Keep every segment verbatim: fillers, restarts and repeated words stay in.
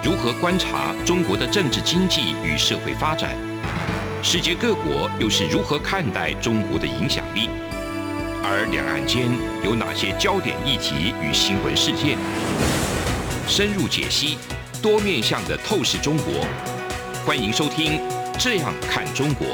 如何观察中国的政治经济与社会发展？世界各国又是如何看待中国的影响力？而两岸间有哪些焦点议题与新闻事件？深入解析，多面向的透视中国。欢迎收听《这样看中国》。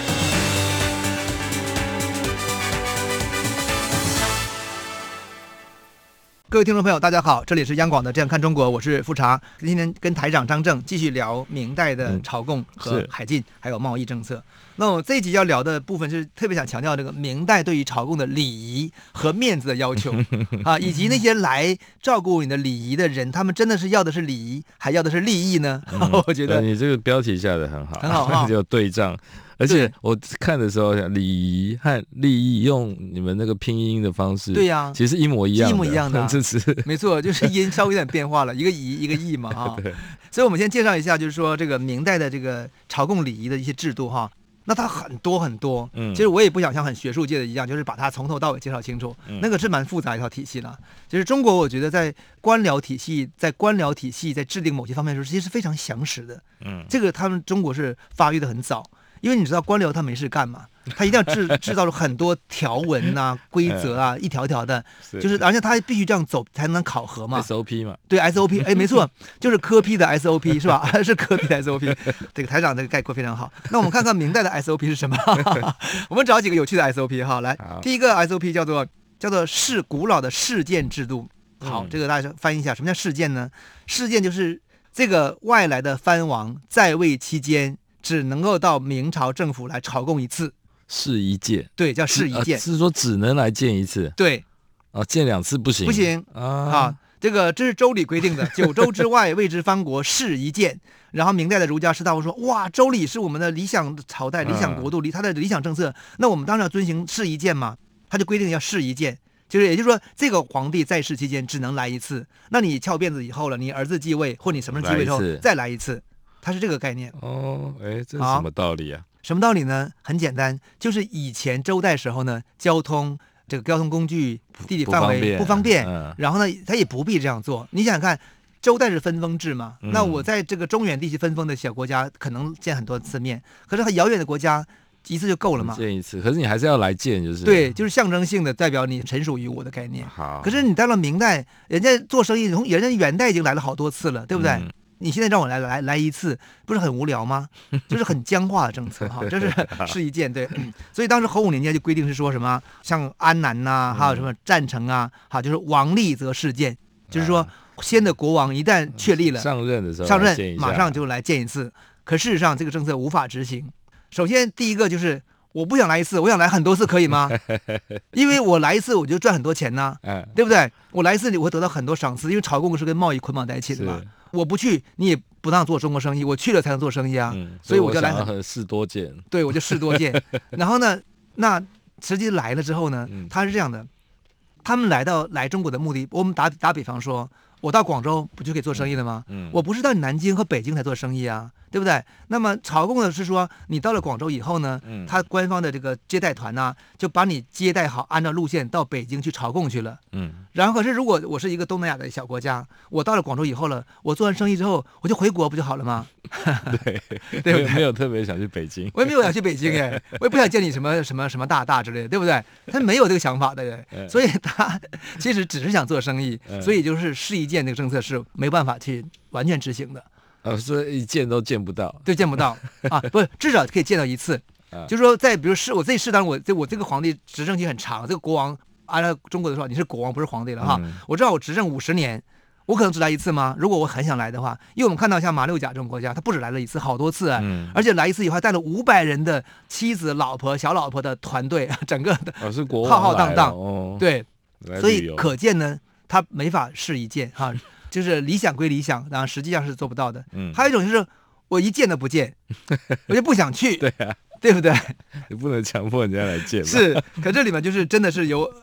各位听众朋友大家好，这里是央广的《这样看中国》，我是富察。今天跟台长张正继续聊明代的朝贡和海禁、嗯、还有贸易政策。那我这一集要聊的部分是特别想强调这个明代对于朝贡的礼仪和面子的要求啊，以及那些来照顾你的礼仪的人，他们真的是要的是礼仪还要的是利益呢、嗯、我觉得你这个标题下的很好， 很好哈， 就有对仗。而且我看的时候，礼仪和利益用你们那个拼音的方式， 对呀、啊， 其实一模一样的， 一模一样的、啊， 这是没错，就是音稍微有点变化了，一个仪一个义嘛哈。所以我们先介绍一下，就是说这个明代的这个朝贡礼仪的一些制度哈。那它很多很多，嗯，其实我也不想像很学术界的一样，就是把它从头到尾介绍清楚，嗯、那个是蛮复杂一套体系了。就是中国，我觉得在官僚体系、在官僚体系在制定某些方面的时候，其实是非常详实的。嗯，这个他们中国是发育的很早。因为你知道官僚他没事干嘛，他一定要制制造了很多条文啊、规则啊，一条条的，就是而且他必须这样走才能考核嘛。 S O P 嘛， 对 S O P， 哎，没错，就是科批的 S O P 是吧？是科批的 S O P。这个台长这个概括非常好。那我们看看明代的 S O P 是什么？我们找几个有趣的 S O P 哈，来，第一个 S O P 叫做叫做世古老的事件制度。好，这个大家翻译一下，什么叫事件呢？事件就是这个外来的藩王在位期间，只能够到明朝政府来朝贡一次， 是一届， 对，叫是一届、 呃，是说只能来见一次， 对， 啊，见两次不行， 不行啊，啊这个这是周礼规定的，九州之外谓之藩国，是一见。然后明代的儒家士大夫说，哇，周礼是我们的理想朝代、理想国度，他的理想政策，那我们当然要遵行是一见嘛，他就规定要是一见。就是也就是说，这个皇帝在世期间只能来一次，那你翘辫子以后了，你儿子继位或你什么人继位之后再来一次。它是这个概念哦，哎，这是什么道理啊？ 什么道理呢？很简单，就是以前周代时候呢，交通这个交通工具地理范围不方便，嗯、然后呢，他也不必这样做。你想想看，周代是分封制嘛，嗯、那我在这个中原地区分封的小国家，可能见很多次面，可是很遥远的国家，一次就够了嘛？ 见一次，可是你还是要来见，就是对，就是象征性的代表你臣属于我的概念。 好， 可是你到了明代，人家做生意，从人家元代已经来了好多次了，对不对？嗯，你现在让我来来来一次，不是很无聊吗？就是很僵化的政策哈，这是是一件对、嗯。所以当时洪武年间就规定是说什么，像安南呐、啊，还有什么占城啊，好，就是王立则事件，就是说先的国王一旦确立了上任的时候， 上任马上就来见一次。可事实上这个政策无法执行。首先第一个就是我不想来一次，我想来很多次，可以吗？因为我来一次我就赚很多钱呢、啊，对不对？我来一次我会得到很多赏赐，因为朝贡是跟贸易捆绑在一起的嘛。我不去，你也不让做中国生意，我去了才能做生意啊。嗯、所以我就来很事多见， 对，我就事多见。然后呢，那实际来了之后呢，他是这样的，他们来到来中国的目的，我们打打比方说，我到广州不就可以做生意了吗？嗯、我不是到南京和北京才做生意啊。对不对？那么朝贡的是说，你到了广州以后呢，嗯、他官方的这个接待团呢、啊，就把你接待好，按照路线到北京去朝贡去了。嗯，然后可是如果我是一个东南亚的小国家，我到了广州以后了，我做完生意之后，我就回国不就好了吗？ 对，对不对？没有特别想去北京， 我也没有想去北京哎，我也不想见你什么什么什么大大之类的，对不对？他没有这个想法的，所以他其实只是想做生意，所以就是是一件这个政策是没办法去完全执行的。 呃，所以一见都见不到， 对，见不到啊，不是，至少可以见到一次。啊、就是说，在比如是我自己适当，我这我这个皇帝执政期很长，这个国王按照中国的说，你是国王不是皇帝了哈。嗯、我知道我执政五十年，我可能只来一次吗？如果我很想来的话，因为我们看到像马六甲这种国家，他不止来了一次，好多次啊，嗯、而且来一次以后还带了五百人的妻子、老婆、小老婆的团队，整个的浩浩荡荡， 哦、 对，所以可见呢，他没法是一件哈。就是理想归理想，然后实际上是做不到的。嗯，还有一种就是我一见都不见，我就不想去。 对啊， 对不对？ 你不能强迫人家来见。 是，可这里面就是真的是有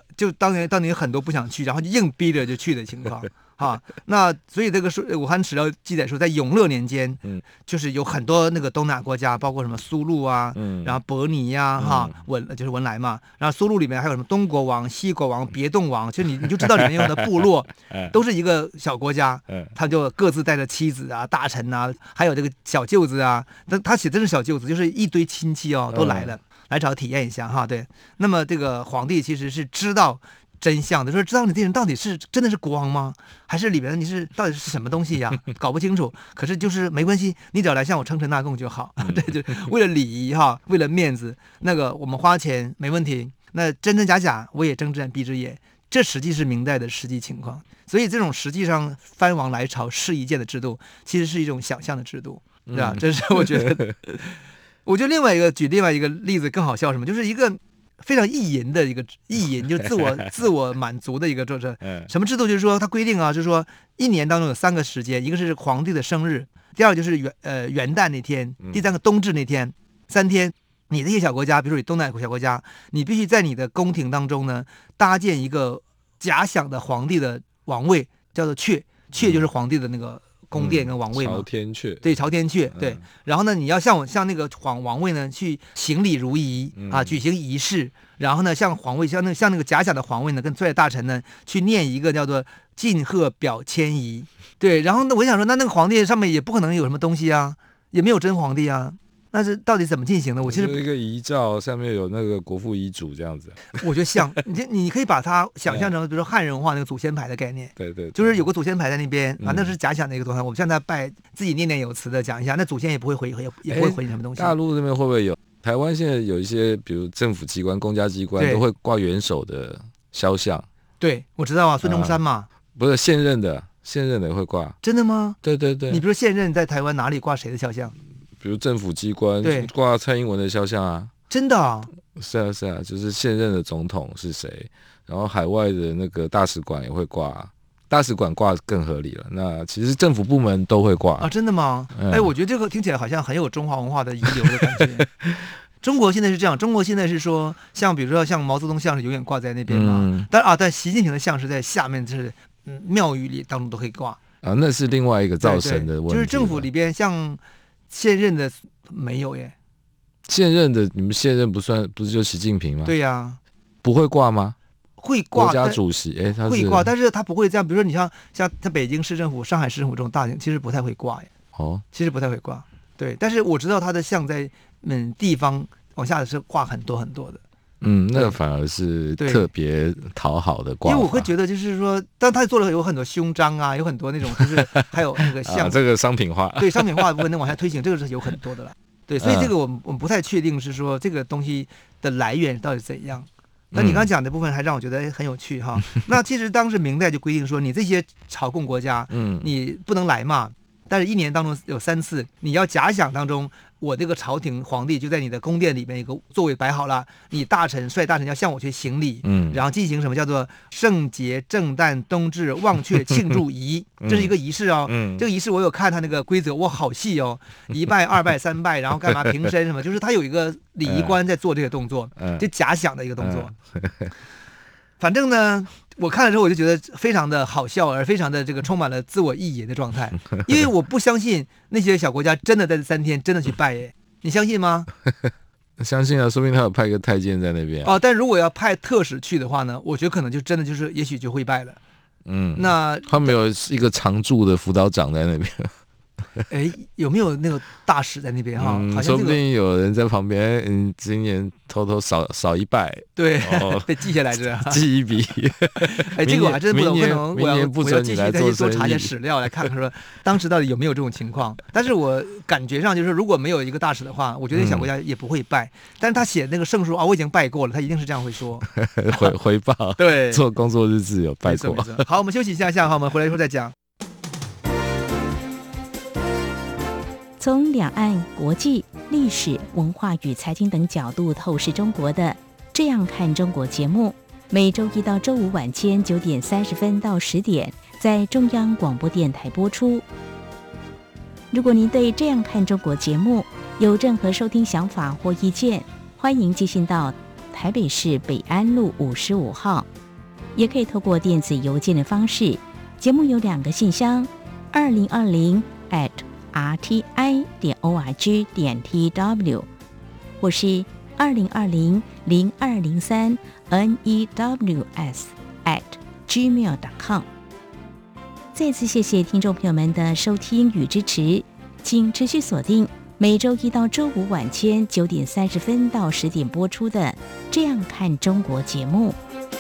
就当年当年很多不想去，然后就硬逼着就去的情况。哈，那所以这个武汉史料记载说，在永乐年间，嗯，就是有很多那个东南亚国家，包括什么苏禄啊，嗯，然后伯尼呀、啊，哈、嗯，文就是文莱嘛，然后苏禄里面还有什么东国王、西国王、别动王，其实你你就知道里面有的部落都是一个小国家，他就各自带着妻子啊、大臣啊，还有这个小舅子啊，那他写的是小舅子，就是一堆亲戚哦都来了，嗯、来找体验一下哈，对。那么这个皇帝其实是知道真相的，说知道你这人到底是真的是国王吗？还是里面你是到底是什么东西呀？搞不清楚。可是就是没关系，你只要来向我称臣纳贡就好。这就为了礼仪哈，为了面子，那个我们花钱没问题。那真真假假，我也睁只眼闭只眼。这实际是明代的实际情况。所以这种实际上藩王来朝试一见的制度，其实是一种想象的制度，对吧？这是我觉得。我觉得另外一个举另外一个例子更好笑，什么？就是一个非常意淫的一个意淫，就自我自我满足的一个这这什么制度？就是说它规定啊，就是说一年当中有三个时间，一个是皇帝的生日，第二个就是元呃元旦那天，第三个冬至那天，三天。你这些小国家，比如说你东南亚小国家，你必须在你的宫廷当中呢搭建一个假想的皇帝的王位，叫做阙，阙就是皇帝的那个宫殿跟王位嘛， 朝天阙， 对，朝天阙，对。然后呢，你要向我向那个皇王位呢去行礼如仪啊，举行仪式。然后呢，向皇位向那向那个假想的皇位呢，跟所有大臣呢去念一个叫做进贺表迁仪。对，然后呢，我想说，那那个皇帝上面也不可能有什么东西啊，也没有真皇帝啊。那是到底怎么进行的？我其实一个遗诏上面有那个国父遗嘱这样子。 我觉得像你，你可以把它想象成，比如说汉人文化那个祖先牌的概念。 对 对, 对， 就是有个祖先牌在那边啊，那是假想的一个东西。我们向他拜，自己念念有词的讲一下，那祖先也不会回，也也不会回你什么东西。 大陆这边会不会有？台湾现在有一些，比如政府机关、公家机关都会挂元首的肖像。 对，我知道啊，孙中山嘛。 啊、不是现任的，现任的会挂。 真的吗？ 对对对。 你比如现任在台湾哪里挂谁的肖像？ 比如政府机关挂蔡英文的肖像啊， 真的啊？ 是啊是啊，就是现任的总统是谁，然后海外的那个大使馆也会挂，大使馆挂更合理了。那其实政府部门都会挂啊，真的吗？嗯、哎，我觉得这个听起来好像很有中华文化的遗留的感觉。中国现在是这样，中国现在是说，像比如说像毛泽东像是永远挂在那边嘛，嗯、但啊，但习近平的像是在下面，就是嗯庙宇里当中都可以挂啊，那是另外一个造神的问题。 就是政府里边像。现任的没有耶， 现任的你们现任不算，不是就习近平吗？ 对呀、啊， 不会挂吗？ 会挂， 国家主席哎，他会挂，但是他不会这样。比如说你像像在北京市政府、上海市政府这种大型，其实不太会挂耶。 哦， 其实不太会挂，对。但是我知道他的像在嗯地方往下是挂很多很多的。 嗯，那个反而是特别讨好的挂法， 因为我会觉得就是说，但他做了有很多胸章啊，有很多那种就是还有那个像、 啊、这个商品化， 对商品化的部分能往下推行，这个是有很多的了。对，所以这个我们我们不太确定是说这个东西的来源到底怎样。那你刚刚讲的部分还让我觉得很有趣哈。嗯、那其实当时明代就规定说，你这些朝贡国家，嗯，你不能来嘛。但是一年当中有三次，你要假想当中，我这个朝廷皇帝就在你的宫殿里面一个座位摆好了，你大臣率大臣要向我去行礼，嗯，然后进行什么叫做圣节、正旦、冬至、忘却、庆祝仪，这是一个仪式哦。嗯，这个仪式我有看他那个规则，哇，好细哦，一拜、二拜、三拜，然后干嘛平身什么，就是他有一个礼仪官在做这个动作，就假想的一个动作。反正呢，我看了之后我就觉得非常的好笑，而非常的这个充满了自我意淫的状态，因为我不相信那些小国家真的在这三天真的去拜耶，你相信吗？ 相信啊，说不定他有派一个太监在那边、 啊、哦。但如果要派特使去的话呢，我觉得可能就真的就是也许就会拜了。嗯，那他们有一个常驻的辅导长在那边。 哎，有没有那个大使在那边哈、 嗯？ 好像、 这个、说不定有人在旁边，嗯，今年偷偷扫扫一拜， 对，哦、被记下来着， 记一笔。 哎，这个我还真不懂， 明年可能明年不准你来做生意， 我要继续再去多查点史料来看看，说当时到底有没有这种情况。但是我感觉上就是，如果没有一个大使的话，我觉得小国家也不会拜。嗯、但是他写那个圣书啊，我已经拜过了，他一定是这样会说， 回回报。 对， 做工作日志有拜过。 好，我们休息一下下，好，我们回来以后再讲。 从两岸、国际、历史、文化与财经等角度透视中国的《这样看中国》节目，每周一到周五晚间九点三十分到十点在中央广播电台播出。如果您对《这样看中国》节目有任何收听想法或意见，欢迎寄信到台北市北安路五十五号也可以透过电子邮件的方式。节目有两个信箱：二零二零 at r t i 点 o r g 点 t w， 或是二零二零零二零三 n e w s at gmail 点 com。再次谢谢听众朋友们的收听与支持，请持续锁定每周一到周五晚间九点三十分到十点播出的《这样看中国》节目。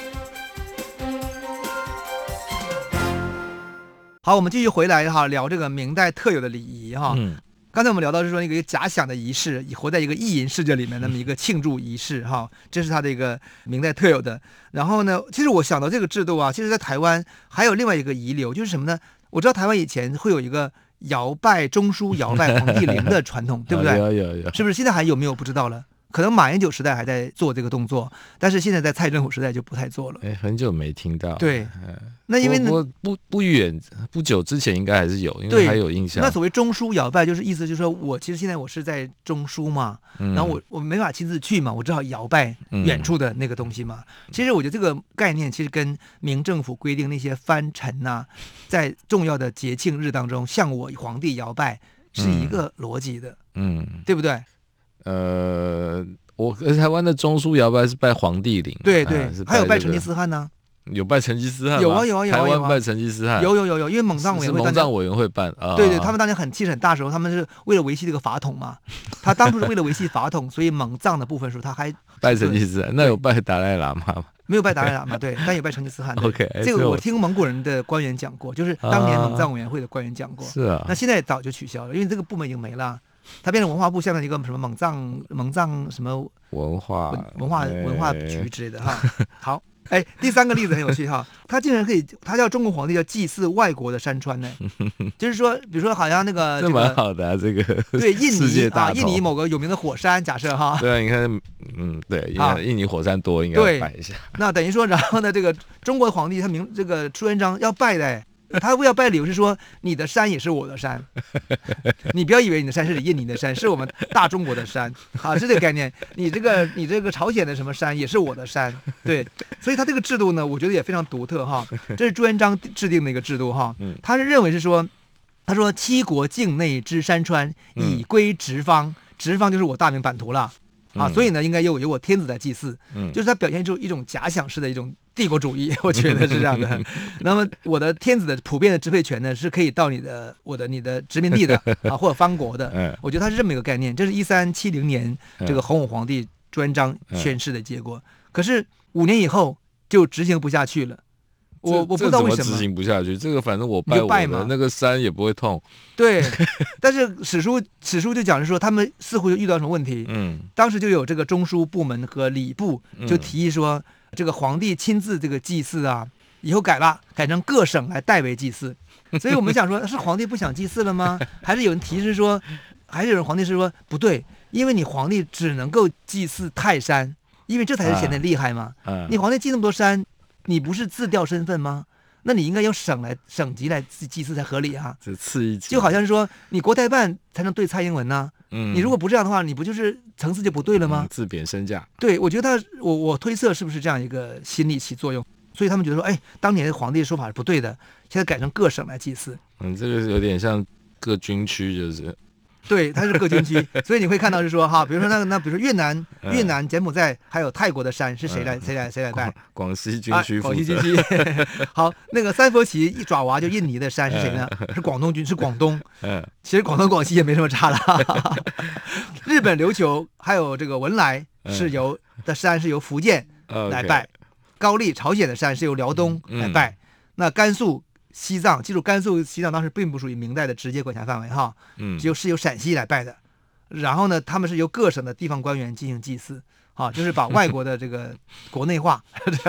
好，我们继续回来哈，聊这个明代特有的礼仪哈。嗯，刚才我们聊到是说一个假想的仪式，活在一个意淫世界里面那么一个庆祝仪式哈，这是它的一个明代特有的。然后呢，其实我想到这个制度啊，其实在台湾还有另外一个遗留，就是什么呢？我知道台湾以前会有一个摇拜中书、摇拜皇帝陵的传统，对不对？ 有有有， 是不是？现在还有没有不知道了？可能马英九时代还在做这个动作，但是现在在蔡政府时代就不太做了。 哎，很久没听到。 对，那因为不不不远不久之前应该还是有，因为还有印象。 那所谓中书摇拜，就是意思就是说我其实现在我是在中书嘛，嗯、然后我我没法亲自去嘛，我只好摇拜远处的那个东西嘛。嗯、其实我觉得这个概念其实跟明政府规定那些藩臣呐、啊，在重要的节庆日当中向我皇帝摇拜是一个逻辑的，嗯，对不对？ 呃，我台湾的中书摇拜是拜皇帝陵， 对对， 啊、 还有拜成吉思汗呢、 啊，有拜成吉思汗， 有啊有啊有啊， 台湾拜成吉思汗， 有有有有，因为蒙藏委员会， 蒙藏委员会办啊， 对对，他们当年很气势很大时候，他们是为了维系这个法统嘛，他当初是为了维系法统，所以蒙藏的部分时候他还拜成吉思汗，那有拜达赖喇嘛吗？ 没有拜达赖喇嘛，对，但有拜成吉思汗。 OK， 这个我听蒙古人的官员讲过，就是当年蒙藏委员会的官员讲过， 是啊， 那现在早就取消了，因为这个部门已经没了。它变成文化部下面的一个什么蒙藏蒙藏什么文化文化文化局之类的哈。好，哎，第三个例子很有趣哈，他竟然可以，他叫中国皇帝要祭祀外国的山川呢，就是说，比如说好像那个这蛮好的啊，这个对印尼啊，印尼某个有名的火山，假设哈， 对啊，你看，嗯，对，印尼火山多，应该拜一下。 那等于说，然后呢，这个中国皇帝他明这个朱元璋要拜的。他为要拜礼物是说，你的山也是我的山，你不要以为你的山是印尼的山，是我们大中国的山啊，是这个概念。你这个你这个朝鲜的什么山也是我的山，对，所以他这个制度呢，我觉得也非常独特哈。这是朱元璋制定的一个制度哈，他是认为是说，他说七国境内之山川以归直方，直方就是我大明版图了。啊，所以呢，应该由由我天子来祭祀，嗯，就是他表现出一种假想式的一种帝国主义，我觉得是这样的。那么我的天子的普遍的支配权呢，是可以到你的我的你的殖民地的啊，或者藩国的。嗯，我觉得他是这么一个概念。这是一三七零年这个洪武皇帝朱元璋宣示的结果。可是五年以后就执行不下去了。我我不知道为什么执行不下去，这个反正我拜我的那个山也不会痛。 对，但是史书史书就讲是说，他们似乎就遇到什么问题。嗯，当时就有这个中书部门和礼部就提议说，嗯、这个皇帝亲自这个祭祀啊，以后改了，改成各省来代为祭祀。所以我们想说，是皇帝不想祭祀了吗？还是有人提示说，还是有人皇帝是说不对，因为你皇帝只能够祭祀泰山，因为这才是显得厉害嘛。啊啊、你皇帝祭那么多山。你不是自调身份吗？那你应该用省来省级来祭祀才合理啊！ 这次一级， 就好像是说你国台办才能对蔡英文呢、啊。嗯，你如果不这样的话，你不就是层次就不对了吗？ 嗯、自贬身价。 对，我觉得他，我我推测是不是这样一个心理起作用？所以他们觉得说，哎，当年的皇帝的说法是不对的，现在改成各省来祭祀。 嗯，这个有点像各军区，就是。 对，它是各军区，所以你会看到是说哈，比如说那个那比如说越南、越南、柬埔寨还有泰国的山是谁来、嗯、谁来谁来拜？ 广西军区、啊， 广西军区。好，那个三佛齐一爪哇就印尼的山是谁呢？嗯、是广东军，是广东。嗯，其实广东广西也没什么差了。日本琉球还有这个文莱是由、嗯、的山是由福建来拜，嗯、高丽朝鲜的山是由辽东来拜，嗯、那甘肃。西藏，记住，甘肃、西藏当时并不属于明代的直接管辖范围哈，嗯，就是由陕西来拜的。然后呢，他们是由各省的地方官员进行祭祀，啊，就是把外国的这个国内化。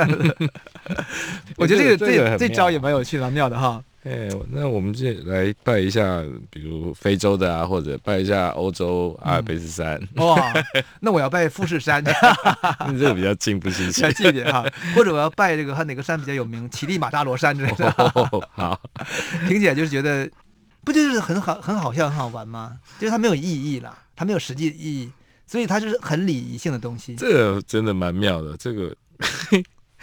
我觉得这个这这, 这招也蛮有趣蛮妙的哈。 哎，那我们就来拜一下，比如非洲的啊，或者拜一下欧洲阿尔卑斯山。 嗯、哇，那我要拜富士山， 你这个比较近不稀奇， 比较近一点哈。或者我要拜这个，看哪个山比较有名，乞力马扎罗山之类的。 哦、好， 听起来就是觉得，不就是很好、很好笑、很好玩吗？就是它没有意义啦，它没有实际意义，所以它就是很礼仪性的东西。 这个真的蛮妙的，这个。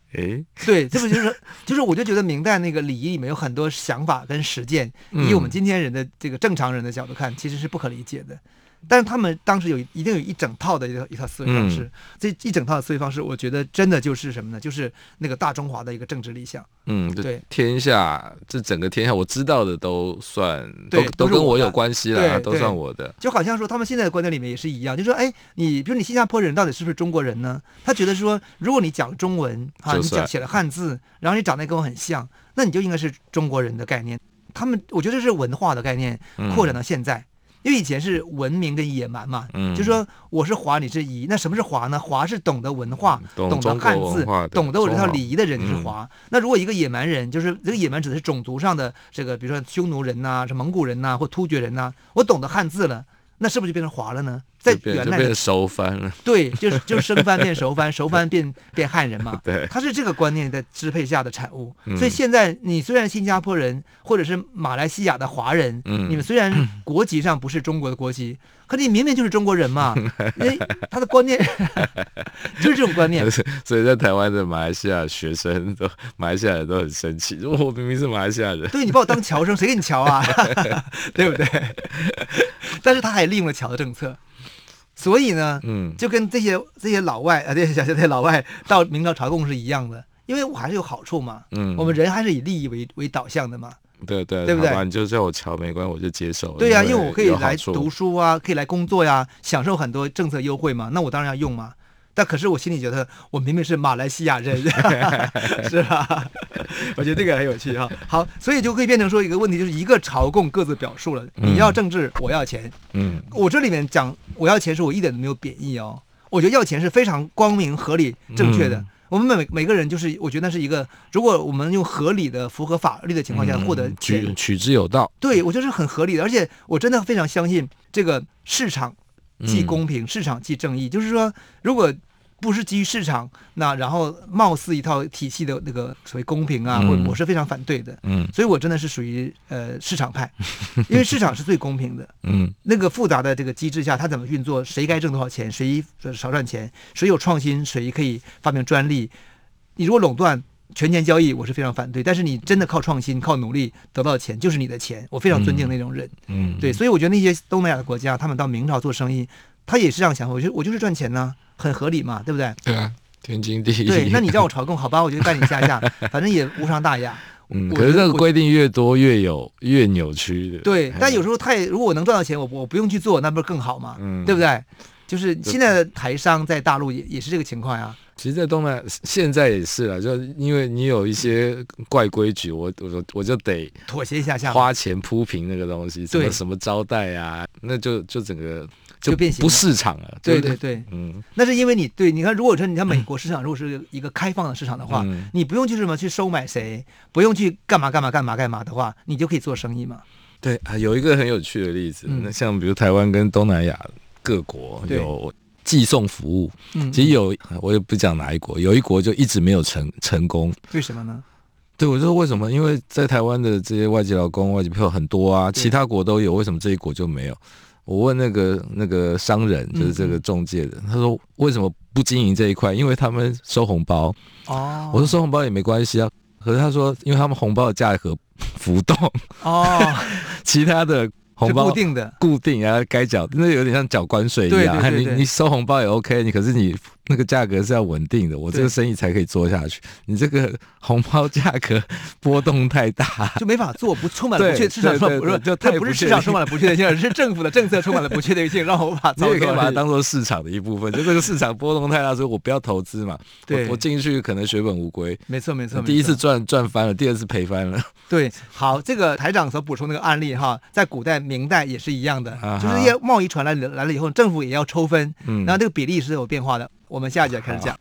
哎， 对，这不就是就是我就觉得明代那个礼仪里面有很多想法跟实践，以我们今天人的这个正常人的角度看，其实是不可理解的。但是他们当时有一定有一整套的一套一套思维方式，嗯、这一整套的思维方式，我觉得真的就是什么呢？就是那个大中华的一个政治理想。 嗯， 对， 天下这整个天下，我知道的都算，都都跟我有关系啦，都算我的。 就好像说他们现在的观点里面也是一样，就说哎，你比如你新加坡人到底是不是中国人呢？他觉得说，如果你讲中文啊，你讲写了汉字，然后你长得跟我很像，那你就应该是中国人的概念。他们我觉得这是文化的概念扩展到现在。嗯，因为以前是文明跟野蛮嘛，嗯，就说我是华，你是夷。那什么是华呢？华是懂得文化、 懂, 懂得汉字、懂得我这套礼仪的人， 嗯、 就是华。那如果一个野蛮人，就是这个野蛮指的是种族上的这个，比如说匈奴人呐、啊、是蒙古人呐、啊、或突厥人呐、啊，我懂得汉字了，那是不是就变成华了呢？在原来就变熟番了， 对，就是就是生番变熟番，熟番变变汉人嘛。 对， 它是这个观念的支配下的产物。 嗯、 所以现在你虽然新加坡人或者是马来西亚的华人，嗯、你们虽然国籍上不是中国的国籍，可你明明就是中国人嘛。哎，他的观念就是这种观念。 所以在台湾的马来西亚学生都，马来西亚人都很生气，我明明是马来西亚人， 对，你把我当侨生，谁给你侨啊？对不对？但是他还利用了侨的政策。所以呢，嗯，就跟这些这些老外啊，这些这些老外到明朝朝贡是一样的，因为我还是有好处嘛，嗯，我们人还是以利益为为导向的嘛， 对对， 对不对？ 你就叫我侨没关系，我就接受了。 对呀、啊，因为我可以来读书啊，可以来工作呀，享受很多政策优惠嘛，那我当然要用嘛。但可是我心里觉得，我明明是马来西亚人，是吧？我觉得这个很有趣哈。好，所以就可以变成说一个问题，就是一个朝贡各自表述了，你要政治，我要钱。嗯，我这里面讲我要钱，是我一点都没有贬义哦。我觉得要钱是非常光明、合理、正确的。嗯，我们每每个人就是，我觉得那是一个，如果我们用合理的、符合法律的情况下获得钱， 取取之有道。 对，我觉得是很合理的，而且我真的非常相信这个市场即公平，嗯、市场即正义。就是说，如果不是基于市场，那然后貌似一套体系的那个所谓公平啊，嗯、我我是非常反对的。嗯，所以我真的是属于呃市场派，因为市场是最公平的。嗯，那个复杂的这个机制下，它怎么运作，谁该挣多少钱，谁少赚钱，谁有创新，谁可以发明专利。你如果垄断权钱交易，我是非常反对。但是你真的靠创新、靠努力得到的钱，就是你的钱。我非常尊敬那种人。嗯，对，所以我觉得那些东南亚的国家，他们到明朝做生意，他也是这样想，我就我就是赚钱呢、啊。很合理嘛，对不对？ 对啊，天经地义。 对，那你叫我朝贡，好吧，我就带你下下，反正也无伤大雅。 嗯，可是这个规定越多越有越扭曲的。 对，但有时候太，如果我能赚到钱，我我不用去做，那不是更好吗？嗯，对不对？就是现在的台商在大陆也也是这个情况呀。 其实，在东南现在也是啦，就因为你有一些怪规矩，我我我就得妥协一下下， 花钱铺平那个东西，什么什么招待啊，那就就整个。 就变形不市场了， 对对对，嗯，那是因为你对，你看，如果说你看美国市场，如果是一个开放的市场的话，嗯、你不用去什么去收买谁，不用去干嘛干嘛干嘛干嘛的话，你就可以做生意嘛。 对啊，有一个很有趣的例子，那、嗯、像比如台湾跟东南亚各国有寄送服务，嗯、其实有我也不讲哪一国，有一国就一直没有成成功， 为什么呢？ 对，我就说为什么？因为在台湾的这些外籍劳工、外籍票很多啊，其他国都有，为什么这一国就没有？我问那个那个商人，就是这个中介的，嗯、他说为什么不经营这一块？因为他们收红包。哦，我说收红包也没关系啊，可是他说，因为他们红包的价格浮动。哦，其他的红包是固定的， 固定啊，该缴，那有点像缴关税一样。 对对对对， 你你收红包也 OK， 你可是你那个价格是要稳定的，我这个生意才可以做下去。你这个红包价格波动太大， 就没法做，不充满了不确，市场充满不是，就它不是市场充满了不确定性，而是政府的政策充满了不确定性，让我把你也可以把它当做市场的一部分。就这个市场波动太大，所以我不要投资嘛。 对， 我进去可能血本无归。 没错没错， 第一次赚赚翻了，第二次赔翻了。 对，好，这个台长所补充那个案例哈，在古代明代也是一样的，啊、就是一些贸易船来来了以后，政府也要抽分，嗯，然后这个比例是有变化的。我们下一集开始讲。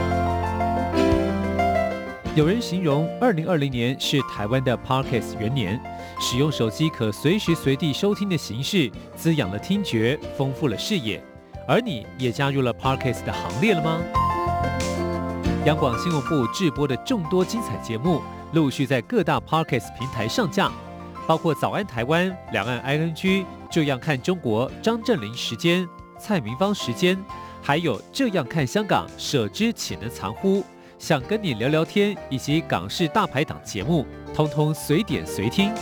有人形容二零二零年是台湾的 Podcast 元年，使用手机可随时随地收听的形式，滋养了听觉，丰富了视野。而你也加入了 Podcast 的行列了吗？央广新闻部制播的众多精彩节目，陆续在各大 Podcast 平台上架，包括早安台湾、两岸 I N G、这样看中国、张振霖时间、蔡明芳时间，还有这样看香港、舍之岂能藏乎？ 想跟你聊聊天，以及港式大排档节目，通通随点随听。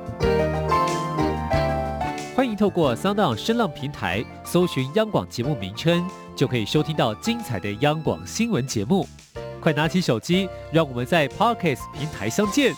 欢迎透过 SoundOn 声浪平台搜寻央广节目名称，就可以收听到精彩的央广新闻节目。快拿起手机，让我们在 Podcast 平台相见。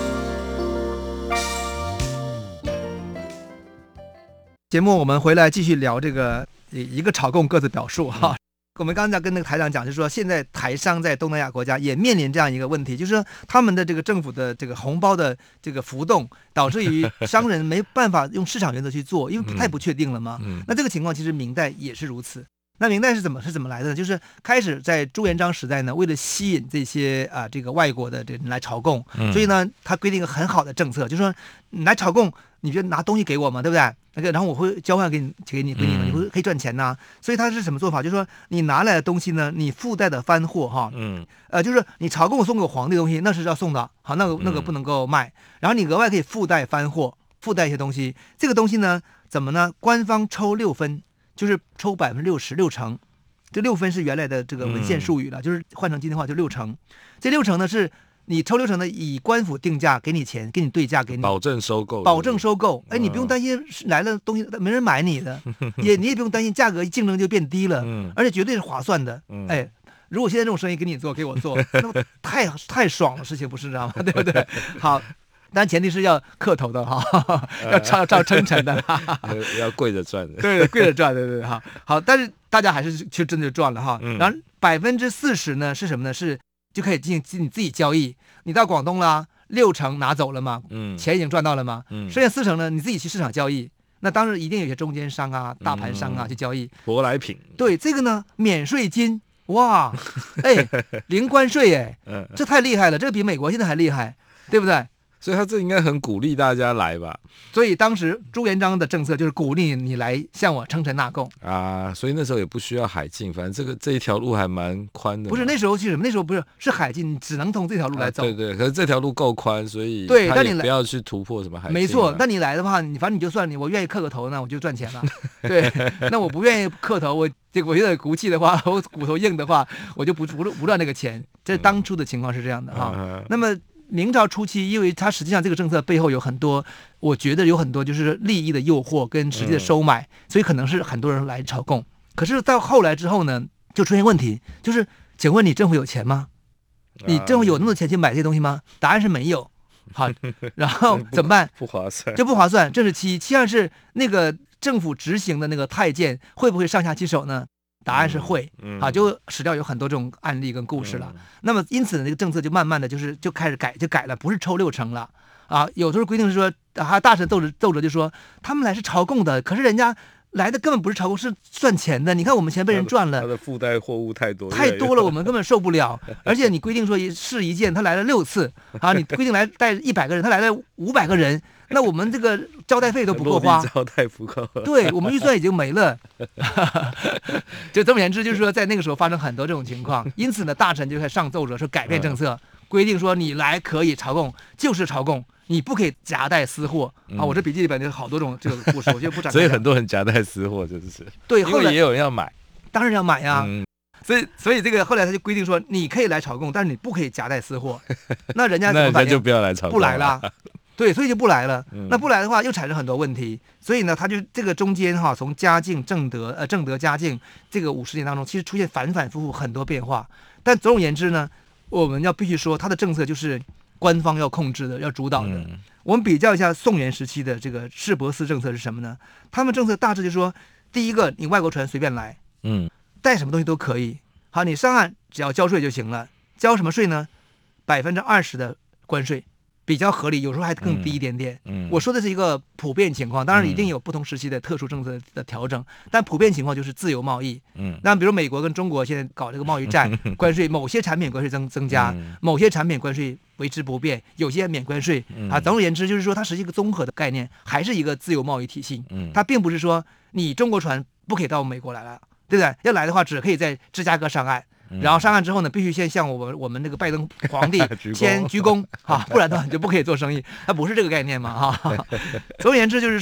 节目我们回来继续聊这个一个朝贡各自表述哈。我们刚才跟那个台长讲，就是说现在台商在东南亚国家也面临这样一个问题，就是说他们的这个政府的这个红包的这个浮动，导致于商人没办法用市场原则去做，因为太不确定了嘛。嗯、那这个情况其实明代也是如此。那明代是怎么是怎么来的呢？就是开始在朱元璋时代呢，为了吸引这些啊这个外国的人来朝贡，所以呢，他规定一个很好的政策，就是说你来朝贡，你就拿东西给我嘛，对不对？那个，然后我会交换给你，给你，给你们，你会可以赚钱呐、啊。所以他是什么做法？就是说，你拿来的东西呢，你附带的番货哈，嗯，呃，就是你朝贡送给皇帝的东西，那是要送的，好，那个那个不能够卖。然后你额外可以附带番货，附带一些东西。这个东西呢，怎么呢？官方抽六分，就是抽百分之六十六成。这六分是原来的这个文献术语了，就是换成今天话就六成。这六成呢是你抽六成的，以官府定价给你钱，给你对价给你， 保证收购， 保证收购。哎，你不用担心来了东西没人买你的，也你也不用担心价格竞争就变低了，而且绝对是划算的。哎，如果现在这种生意给你做，给我做，那么太太爽了，事情不是这样吗？对不对？好。但前提是要磕头的哈，要照照称臣的， 要跪着赚的， 对，跪着赚，对对哈。好，但是大家还是去真的赚了哈。嗯、然后百分之四十呢是什么呢？是就可以进行你自己交易。你到广东啦，六成拿走了嘛，嗯，钱已经赚到了嘛，嗯，剩下四成呢你自己去市场交易。那当然一定有些中间商啊、大盘商啊、嗯、去交易舶来品。 对这个呢，免税金，哇，哎，零关税哎，这太厉害了，这个比美国现在还厉害，对不对？ 所以他这应该很鼓励大家来吧？ 所以当时朱元璋的政策就是鼓励你来向我称臣纳贡啊，所以那时候也不需要海禁，反正这个这一条路还蛮宽的。 不是那时候是什么？那时候不是是海禁，只能从这条路来走。 啊、对对，可是这条路够宽，所以对，但你不要去突破什么海禁。 没错，但你来的话，你反正你就算你我愿意磕个头呢，我就赚钱了。对，那我不愿意磕头，我这我有点骨气的话，我骨头硬的话，我就不不不赚那个钱。这当初的情况是这样的哈。嗯、那么。明朝初期，因为它实际上这个政策背后有很多，我觉得有很多就是利益的诱惑跟实际的收买，嗯、所以可能是很多人来朝贡。可是到后来之后呢，就出现问题，就是请问你政府有钱吗？你政府有那么多钱去买这些东西吗？答案是没有。好，然后怎么办？ 不划算， 这不划算。这是其一，其二是那个政府执行的那个太监会不会上下其手呢？答案是会，嗯、啊，就史料有很多这种案例跟故事了。嗯、那么因此呢，这个政策就慢慢的就是就开始改，就改了，不是抽六成了啊。有时候规定是说，啊，大臣奏折奏折就说他们来是朝贡的，可是人家来的根本不是朝贡，是赚钱的。你看我们钱被人赚了， 他的附带货物太多， 太多了，我们根本受不了。而且你规定说是一件，他来了六次啊，你规定来带一百个人，他来了五百个人。那我们这个招待费都不够花， 招待不够， 对我们预算已经没了。就这么言之，就是说在那个时候发生很多这种情况，因此呢，大臣就开始上奏折说改变政策，规定说你来可以朝贡，就是朝贡，你不可以夹带私货、嗯、啊！我这笔记里边有好多种这个故事，我就不展开。 所以很多人夹带私货，就是对，后来也有人要买， 当然要买呀、啊。嗯所以，所以这个后来他就规定说，你可以来朝贡，但是你不可以夹带私货。那人家怎么反应？ 那人家就不要来朝贡， 不来啦。对，所以就不来了。那不来的话，又产生很多问题。所以呢，他就这个中间哈，从嘉靖、正德呃正德、嘉靖这个五十年当中，其实出现反反复复很多变化。但总而言之呢，我们要必须说，他的政策就是官方要控制的，要主导的。嗯、我们比较一下宋元时期的这个市舶司政策是什么呢？他们政策大致就是说，第一个，你外国船随便来，嗯。带什么东西都可以，好，你上岸只要交税就行了。交什么税呢？百分之二十的关税，比较合理，有时候还更低一点点。嗯，嗯我说的是一个普遍情况，当然一定有不同时期的特殊政策的调整，嗯、但普遍情况就是自由贸易。嗯，那比如美国跟中国现在搞这个贸易战，关税某些产品关税增增加，嗯、某些产品关税维持不变，有些免关税。嗯、啊，总而言之就是说，它实际一个综合的概念，还是一个自由贸易体系。嗯，它并不是说你中国船不可以到美国来了。对不对？要来的话，只可以在芝加哥上岸，嗯、然后上岸之后呢，必须先向我们我们那个拜登皇帝先鞠躬啊，不然的话你就不可以做生意。它不是这个概念嘛哈。总而言之，就是说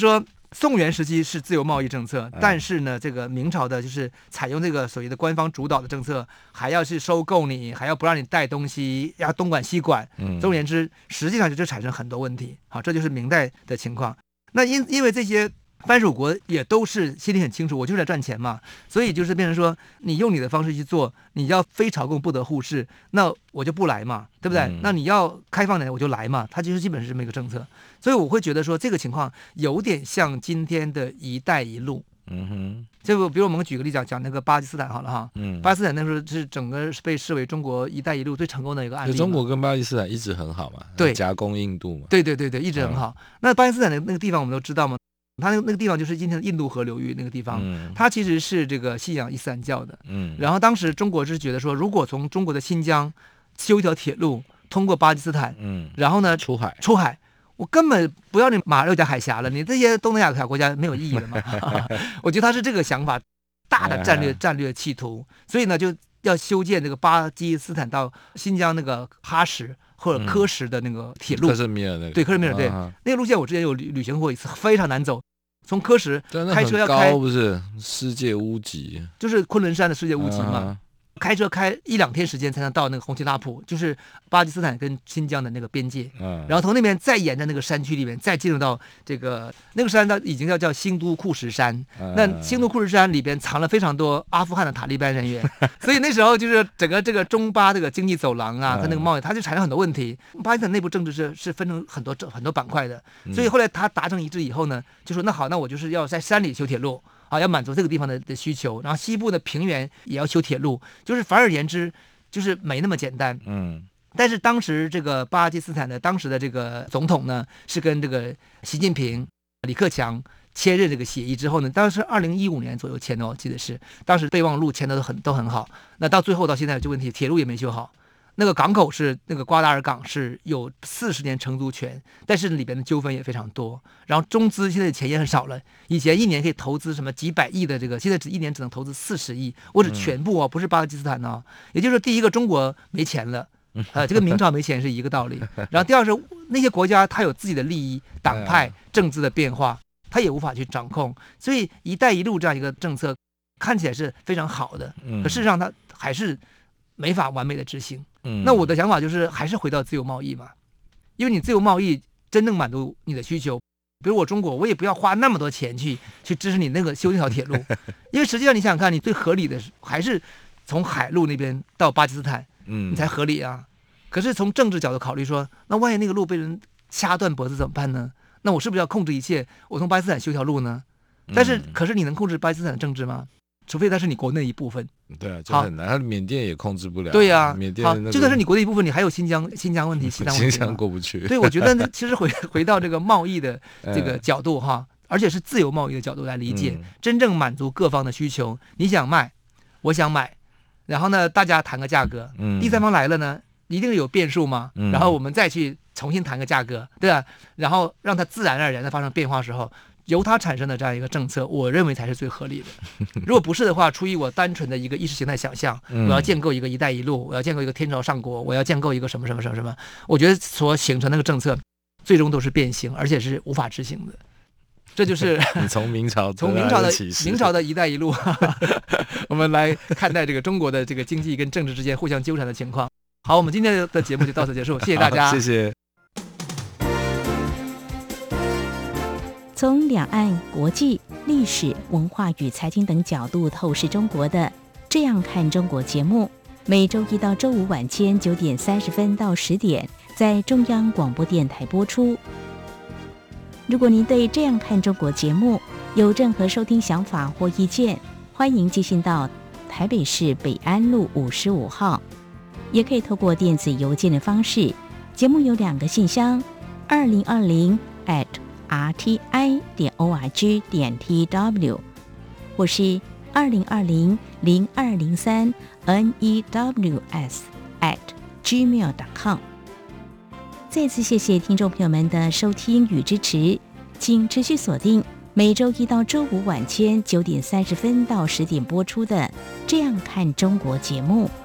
宋元时期是自由贸易政策，但是呢，这个明朝的就是采用这个所谓的官方主导的政策，还要去收购你，还要不让你带东西，要东管西管。嗯，总而言之，实际上就产生很多问题。好，这就是明代的情况。那因因为这些藩属国也都是心里很清楚，我就是来赚钱嘛，所以就是变成说，你用你的方式去做，你要非朝贡不得互市，那我就不来嘛，对不对？嗯、那你要开放点我就来嘛，它其实基本是这么一个政策。所以我会觉得说，这个情况有点像今天的一带一路。嗯哼，就比如我们举个例讲，讲那个巴基斯坦好了哈。嗯，巴基斯坦那时候是整个被视为中国一带一路最成功的一个案例。 中国跟巴基斯坦一直很好嘛， 对， 夹攻印度嘛。 对对对对，一直很好。嗯、那巴基斯坦的那个地方我们都知道嘛，它那个那个地方就是今天的印度河流域那个地方，嗯、它其实是这个信仰伊斯兰教的。嗯，然后当时中国是觉得说，如果从中国的新疆修一条铁路通过巴基斯坦，嗯，然后呢出海出海。我根本不要你马六甲海峡了，你这些东南亚国家没有意义了嘛？我觉得他是这个想法，大的战略战略企图，所以呢就要修建这个巴基斯坦到新疆那个哈什或者科什的那个铁路。 克什米尔那个。 对，克什米尔对、啊、那个路线我之前有旅旅行过一次，非常难走。从科什开车要开， 高不是世界屋脊， 就是昆仑山的世界屋脊嘛。啊开车开一两天时间才能到那个红旗拉普，就是巴基斯坦跟新疆的那个边界。嗯，然后从那边再沿着那个山区里面，再进入到这个那个山，它已经叫叫新都库什山。嗯、那新都库什山里边藏了非常多阿富汗的塔利班人员，所以那时候就是整个这个中巴这个经济走廊啊，它那个贸易，它就产生很多问题。巴基斯坦内部政治是是分成很多很多板块的，所以后来他达成一致以后呢，就说那好，那我就是要在山里修铁路。啊，要满足这个地方的的需求，然后西部的平原也要修铁路，就是反而言之，就是没那么简单。嗯，但是当时这个巴基斯坦的当时的这个总统呢，是跟这个习近平、李克强签认这个协议之后呢，当时二零一五年左右签的，我记得是当时备忘录签的都很都很好。那到最后到现在这问题，铁路也没修好。那个港口是那个瓜达尔港是有四十年承租权，但是里边的纠纷也非常多。然后中资现在钱也很少了，以前一年可以投资什么几百亿的这个，现在只一年只能投资四十亿，我指全部哦，不是巴基斯坦哦。也就是说，第一个中国没钱了，呃，这个明朝没钱是一个道理。然后第二是那些国家它有自己的利益、党派、政治的变化，它也无法去掌控。所以“一带一路”这样一个政策看起来是非常好的，可事实上它还是没法完美的执行。嗯，那我的想法就是还是回到自由贸易嘛，因为你自由贸易真正满足你的需求，比如我中国，我也不要花那么多钱去去支持你那个修那条铁路，因为实际上你想想看，你最合理的还是从海路那边到巴基斯坦，嗯，你才合理啊。可是从政治角度考虑说，那万一那个路被人掐断脖子怎么办呢？那我是不是要控制一切？我从巴基斯坦修条路呢？但是，可是你能控制巴基斯坦的政治吗？除非它是你国内一部分。 对啊，就很难。它缅甸也控制不了。 对呀、啊， 缅甸、 那個、 好，就算是你国内一部分，你还有新疆、新疆问题、西藏问题。 新疆过不去。 对，我觉得呢，其实回回到这个贸易的这个角度哈，而且是自由贸易的角度来理解，嗯、真正满足各方的需求。你想卖，我想买，然后呢，大家谈个价格。嗯。第三方来了呢，一定有变数嘛。嗯。然后我们再去重新谈个价格，对吧？然后让它自然而然的发生变化的时候。由它产生的这样一个政策，我认为才是最合理的。如果不是的话，出于我单纯的一个意识形态想象，我要建构一个“一带一路”，我要建构一个天朝上国，我要建构一个什么什么什么什么，我觉得所形成那个政策，最终都是变形，而且是无法执行的。这就是你从明朝从明朝的明朝的一带一路，我们来看待这个中国的这个经济跟政治之间互相纠缠的情况。好，我们今天的节目就到此结束，谢谢大家， 谢谢。 从两岸、国际、历史、文化与财经等角度透视中国的《这样看中国》节目，每周一到周五晚间九点三十分到十点在中央广播电台播出。如果您对《这样看中国》节目有任何收听想法或意见，欢迎寄信到台北市北安路五十五号，也可以透过电子邮件的方式。节目有两个信箱：二零二零 at r t i 点 o r g 点 t w， 或是二零二零零二零三 n e w s at gmail 点 com。 再次谢谢听众朋友们的收听与支持，请持续锁定每周一到周五晚间九点三十分到十点播出的《这样看中国》节目。